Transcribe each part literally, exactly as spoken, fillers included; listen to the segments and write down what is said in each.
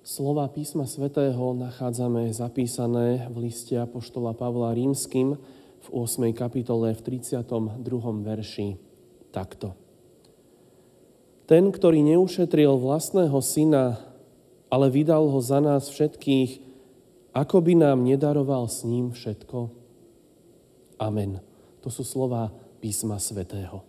Slova písma svätého nachádzame zapísané v liste apoštola Pavla Rímskym v ôsmej kapitole v tridsiatom druhom verši takto. Ten, ktorý neušetril vlastného syna, ale vydal ho za nás všetkých, ako by nám nedaroval s ním všetko? Amen. To sú slova písma svätého.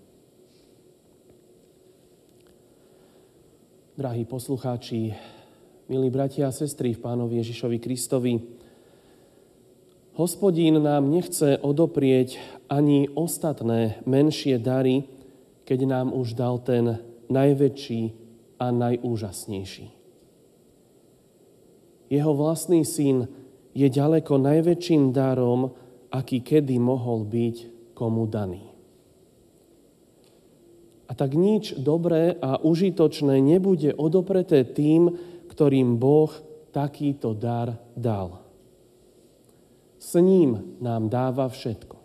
Drahí poslucháči, milí bratia a sestry v Pánovi Ježišovi Kristovi, Hospodín nám nechce odoprieť ani ostatné menšie dary, keď nám už dal ten najväčší a najúžasnejší. Jeho vlastný syn je ďaleko najväčším darom, aký kedy mohol byť komu daný. A tak nič dobré a užitočné nebude odopreté tým, ktorým Boh takýto dar dal. S ním nám dáva všetko.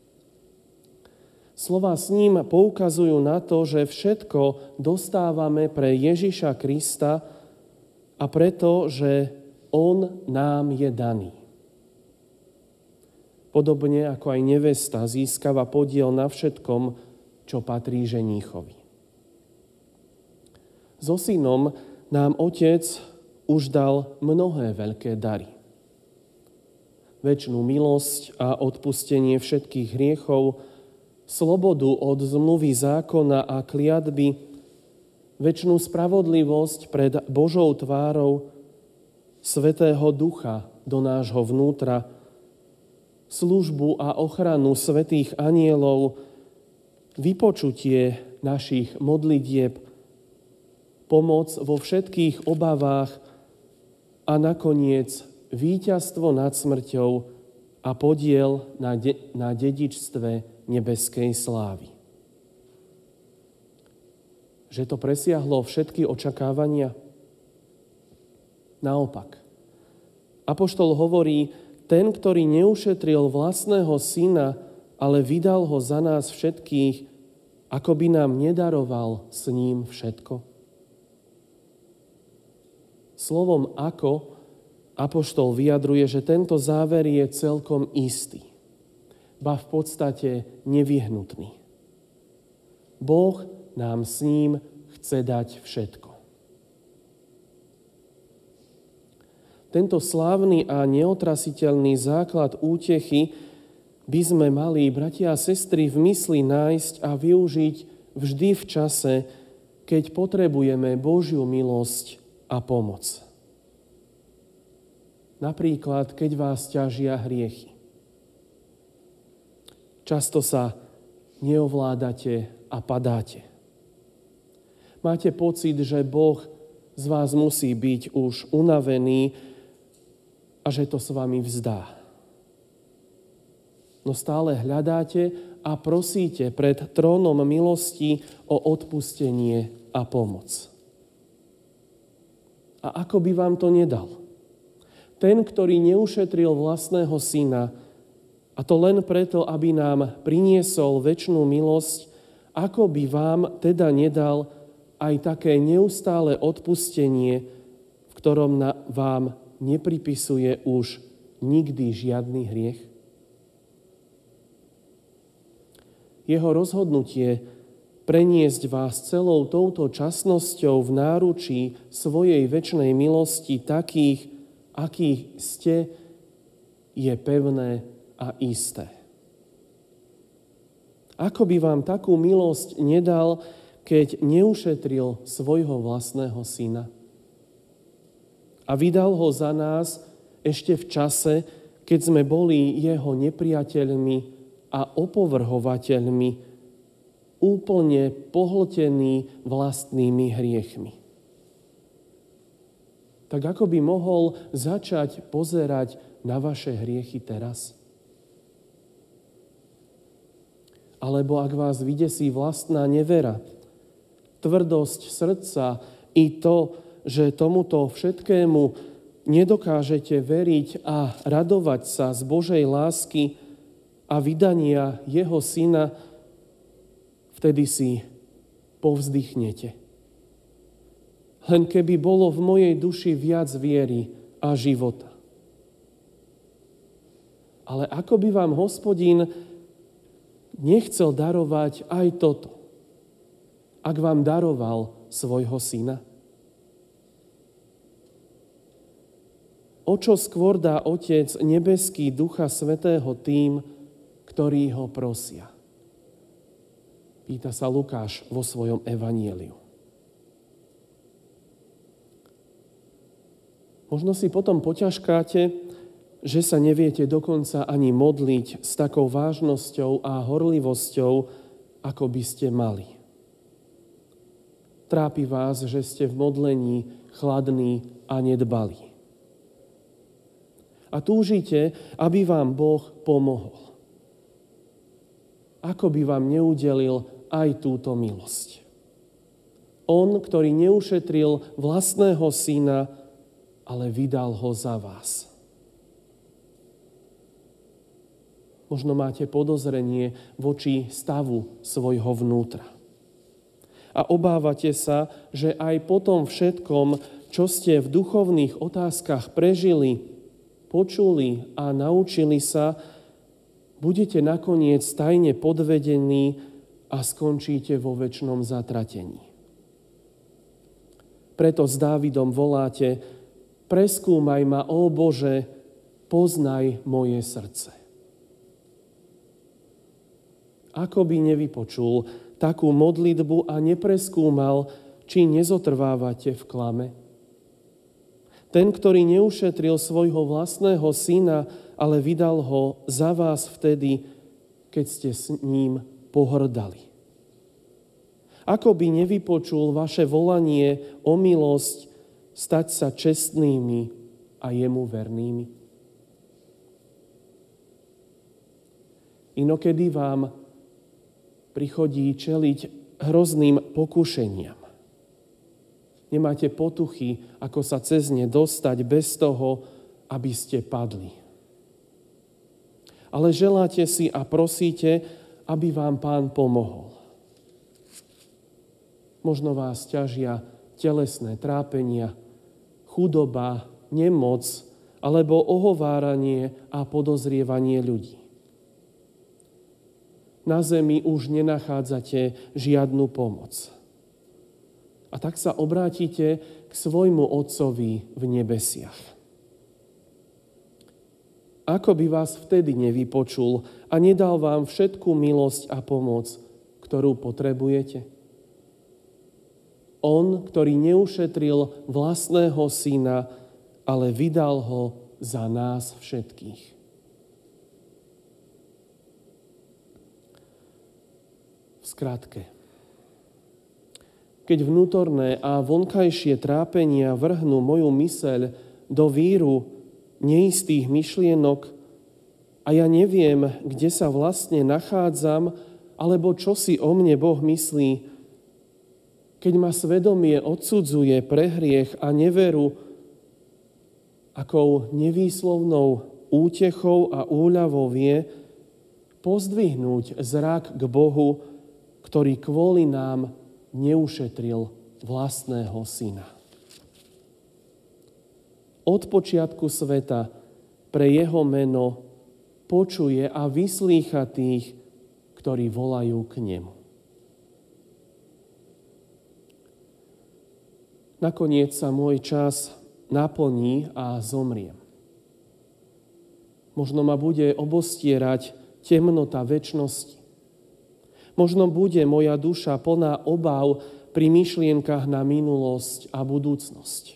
Slová s ním poukazujú na to, že všetko dostávame pre Ježiša Krista a preto, že on nám je daný. Podobne ako aj nevesta získava podiel na všetkom, čo patrí ženíchovi. So synom nám Otec už dal mnohé veľké dary. Večnú milosť a odpustenie všetkých hriechov, slobodu od zmluvy zákona a kliatby, večnú spravodlivosť pred Božou tvárou, Svätého Ducha do nášho vnútra, službu a ochranu svätých anjelov, vypočutie našich modlitieb, pomoc vo všetkých obavách a nakoniec víťazstvo nad smrťou a podiel na, de- na dedičstve nebeskej slávy. Že to presiahlo všetky očakávania? Naopak. Apoštol hovorí, ten, ktorý neušetril vlastného syna, ale vydal ho za nás všetkých, ako by nám nedaroval s ním všetko. Slovom ako apoštol vyjadruje, že tento záver je celkom istý, ba v podstate nevyhnutný. Boh nám s ním chce dať všetko. Tento slávny a neotrasiteľný základ útechy by sme mali, bratia a sestry, v mysli nájsť a využiť vždy v čase, keď potrebujeme Božiu milosť a pomoc. Napríklad, keď vás ťažia hriechy. Často sa neovládate a padáte. Máte pocit, že Boh z vás musí byť už unavený a že to s vami vzdá. No stále hľadáte a prosíte pred trónom milosti o odpustenie a pomoc. A ako by vám to nedal? Ten, ktorý neušetril vlastného syna, a to len preto, aby nám priniesol večnú milosť, ako by vám teda nedal aj také neustále odpustenie, v ktorom na, vám nepripisuje už nikdy žiadny hriech? Jeho rozhodnutie preniesť vás celou touto časnosťou v náručí svojej večnej milosti takých, akých ste, je pevné a isté. Ako by vám takú milosť nedal, keď neušetril svojho vlastného syna? A vydal ho za nás ešte v čase, keď sme boli jeho nepriateľmi a opovrhovateľmi, úplne pohltení vlastnými hriechmi. Tak ako by mohol začať pozerať na vaše hriechy teraz? Alebo ak vás vydesí vlastná nevera, tvrdosť srdca i to, že tomuto všetkému nedokážete veriť a radovať sa z Božej lásky a vydania jeho syna, vtedy si povzdychnete. Len keby bolo v mojej duši viac viery a života. Ale ako by vám Hospodin nechcel darovať aj toto, ak vám daroval svojho syna? O čo skôr dá Otec nebeský Ducha Svätého tým, ktorí ho prosia? Pýta sa Lukáš vo svojom evanjeliu. Možno si potom poťažkáte, že sa neviete dokonca ani modliť s takou vážnosťou a horlivosťou, ako by ste mali. Trápi vás, že ste v modlení chladní a nedbalí. A túžite, aby vám Boh pomohol. Ako by vám neudelil aj túto milosť. On, ktorý neušetril vlastného syna, ale vydal ho za vás. Možno máte podozrenie voči stavu svojho vnútra. A obávate sa, že aj po tom všetkom, čo ste v duchovných otázkach prežili, počuli a naučili sa, budete nakoniec tajne podvedení a skončíte vo večnom zatratení. Preto s Dávidom voláte: preskúmaj ma, ó Bože, poznaj moje srdce. Ako by nevypočul takú modlitbu a nepreskúmal, či nezotrvávate v klame? Ten, ktorý neušetril svojho vlastného syna, ale vydal ho za vás vtedy, keď ste s ním pohrdali. Ako by nevypočul vaše volanie o milosť stať sa čestnými a jemu vernými? Inokedy vám prichodí čeliť hrozným pokušeniam. Nemáte potuchy, ako sa cez ne dostať bez toho, aby ste padli. Ale želáte si a prosíte, aby vám Pán pomohol. Možno vás ťažia telesné trápenia, chudoba, nemoc alebo ohováranie a podozrievanie ľudí. Na zemi už nenachádzate žiadnu pomoc. A tak sa obrátite k svojmu Otcovi v nebesiach. Ako by vás vtedy nevypočul a nedal vám všetku milosť a pomoc, ktorú potrebujete? On, ktorý neušetril vlastného syna, ale vydal ho za nás všetkých. V skratke. Keď vnútorné a vonkajšie trápenia vrhnú moju myseľ do víru neistých myšlienok a ja neviem, kde sa vlastne nachádzam, alebo čo si o mne Boh myslí, keď ma svedomie odsudzuje pre hriech a neveru, akou nevýslovnou útechou a úľavou vie pozdvihnúť zrak k Bohu, ktorý kvôli nám neušetril vlastného syna. Od počiatku sveta pre jeho meno počuje a vyslýcha tých, ktorí volajú k nemu. Nakoniec sa môj čas naplní a zomriem. Možno ma bude obostierať temnota večnosti. Možno bude moja duša plná obáv pri myšlienkach na minulosť a budúcnosť.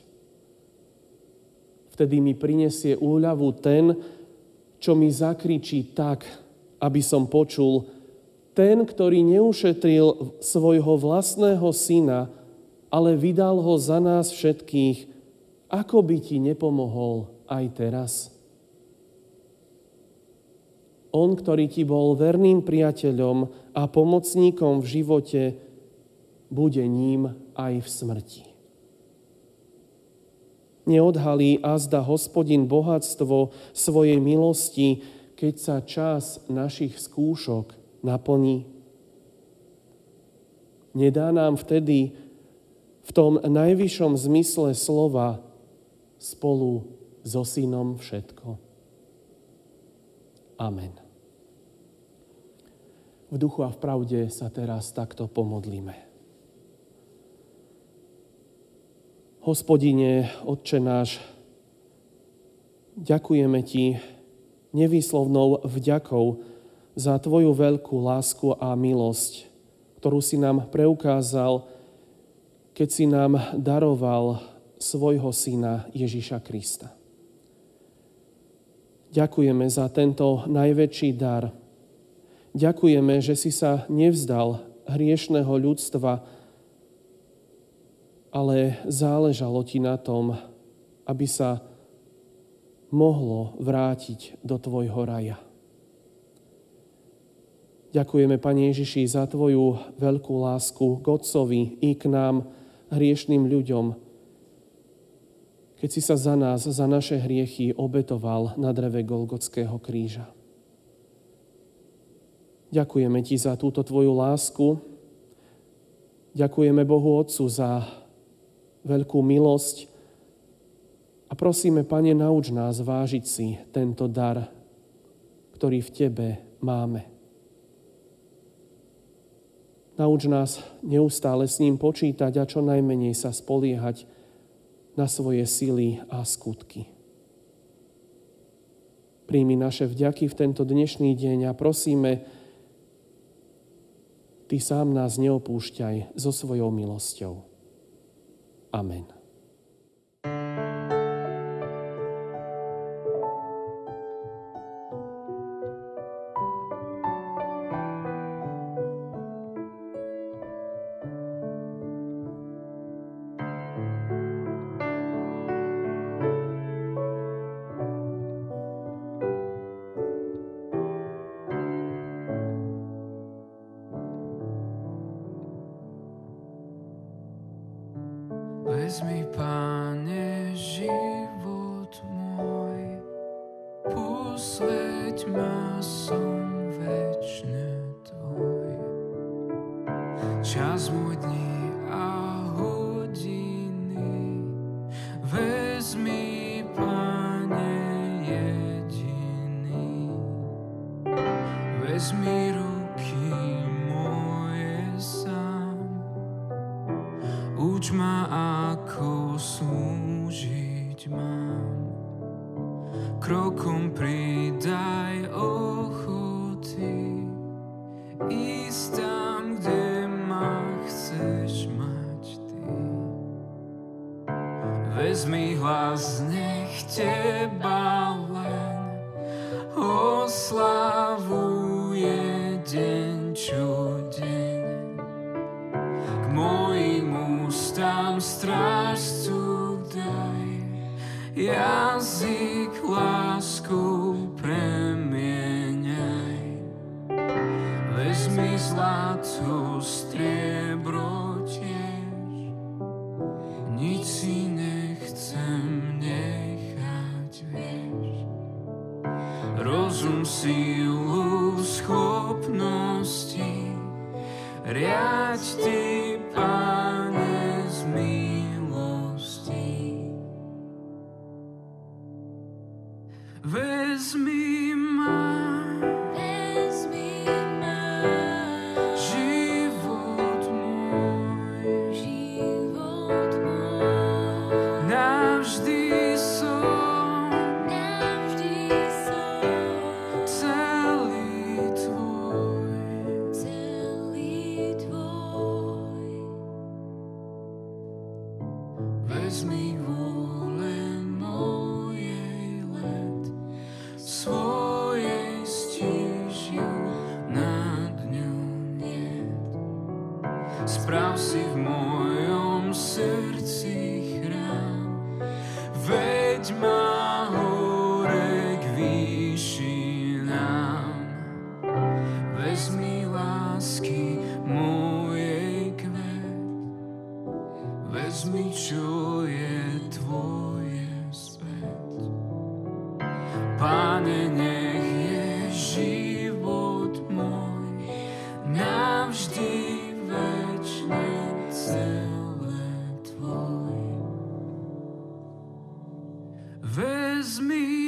Vtedy mi prinesie úľavu ten, čo mi zakričí tak, aby som počul: ten, ktorý neušetril svojho vlastného syna, ale vydal ho za nás všetkých, ako by ti nepomohol aj teraz? On, ktorý ti bol verným priateľom a pomocníkom v živote, bude ním aj v smrti. Neodhalí azda Hospodin bohatstvo svojej milosti, keď sa čas našich skúšok naplní? Nedá nám vtedy v tom najvyššom zmysle slova spolu so Synom všetko. Amen. V duchu a v pravde sa teraz takto pomodlíme. Hospodine, Otče náš, ďakujeme Ti nevýslovnou vďakou za Tvoju veľkú lásku a milosť, ktorú si nám preukázal, keď si nám daroval svojho Syna Ježiša Krista. Ďakujeme za tento najväčší dar. Ďakujeme, že si sa nevzdal hriešného ľudstva, ale záležalo Ti na tom, aby sa mohlo vrátiť do Tvojho raja. Ďakujeme, Pane Ježiši, za Tvoju veľkú lásku k Otcovi i k nám, hriešným ľuďom, keď si sa za nás, za naše hriechy obetoval na dreve Golgotského kríža. Ďakujeme Ti za túto Tvoju lásku. Ďakujeme Bohu Otcu za veľkú milosť a prosíme, Pane, nauč nás vážiť si tento dar, ktorý v Tebe máme. Nauč nás neustále s ním počítať a čo najmenej sa spoliehať na svoje sily a skutky. Príjmi naše vďaky v tento dnešný deň a prosíme, Ty sám nás neopúšťaj so svojou milosťou. Amen. Vezmi, Pane, život môj, posväť ma, som večne Tvoj. Čas môj, dní a hodiny, vezmi, Pane, jediný. Vezmi ruky moje sám, uč ma, ako slúžiť mám. Krokom pridaj ochoty, ísť tam, kde ma chceš mať Ty. Vezmi hlas, nech Teba len oslavuje deň čo deň. K mojim ústam strážcu daj, jazyk láskou premieňaj. Vezmi zlato, striebro tiež, nič si nechcem nechať, vieš. Rozum, sílu, schopnosti, riaď Ty, Pane, z milosti. Vezmi ma, Vezmi ma, život môj, život môj, navždy som navždy som celý Tvoj. celý Tvoj. Vezmi vôle mojej let, svojej stíži nad ňou niet. Sprav si v mojom srdci chrám, veď ma hore k výšinám. Vezmi lásky mojej kvet, vezmi, čo je Tvoje späť. Pane, nech je život môj navždy večne celé vezmi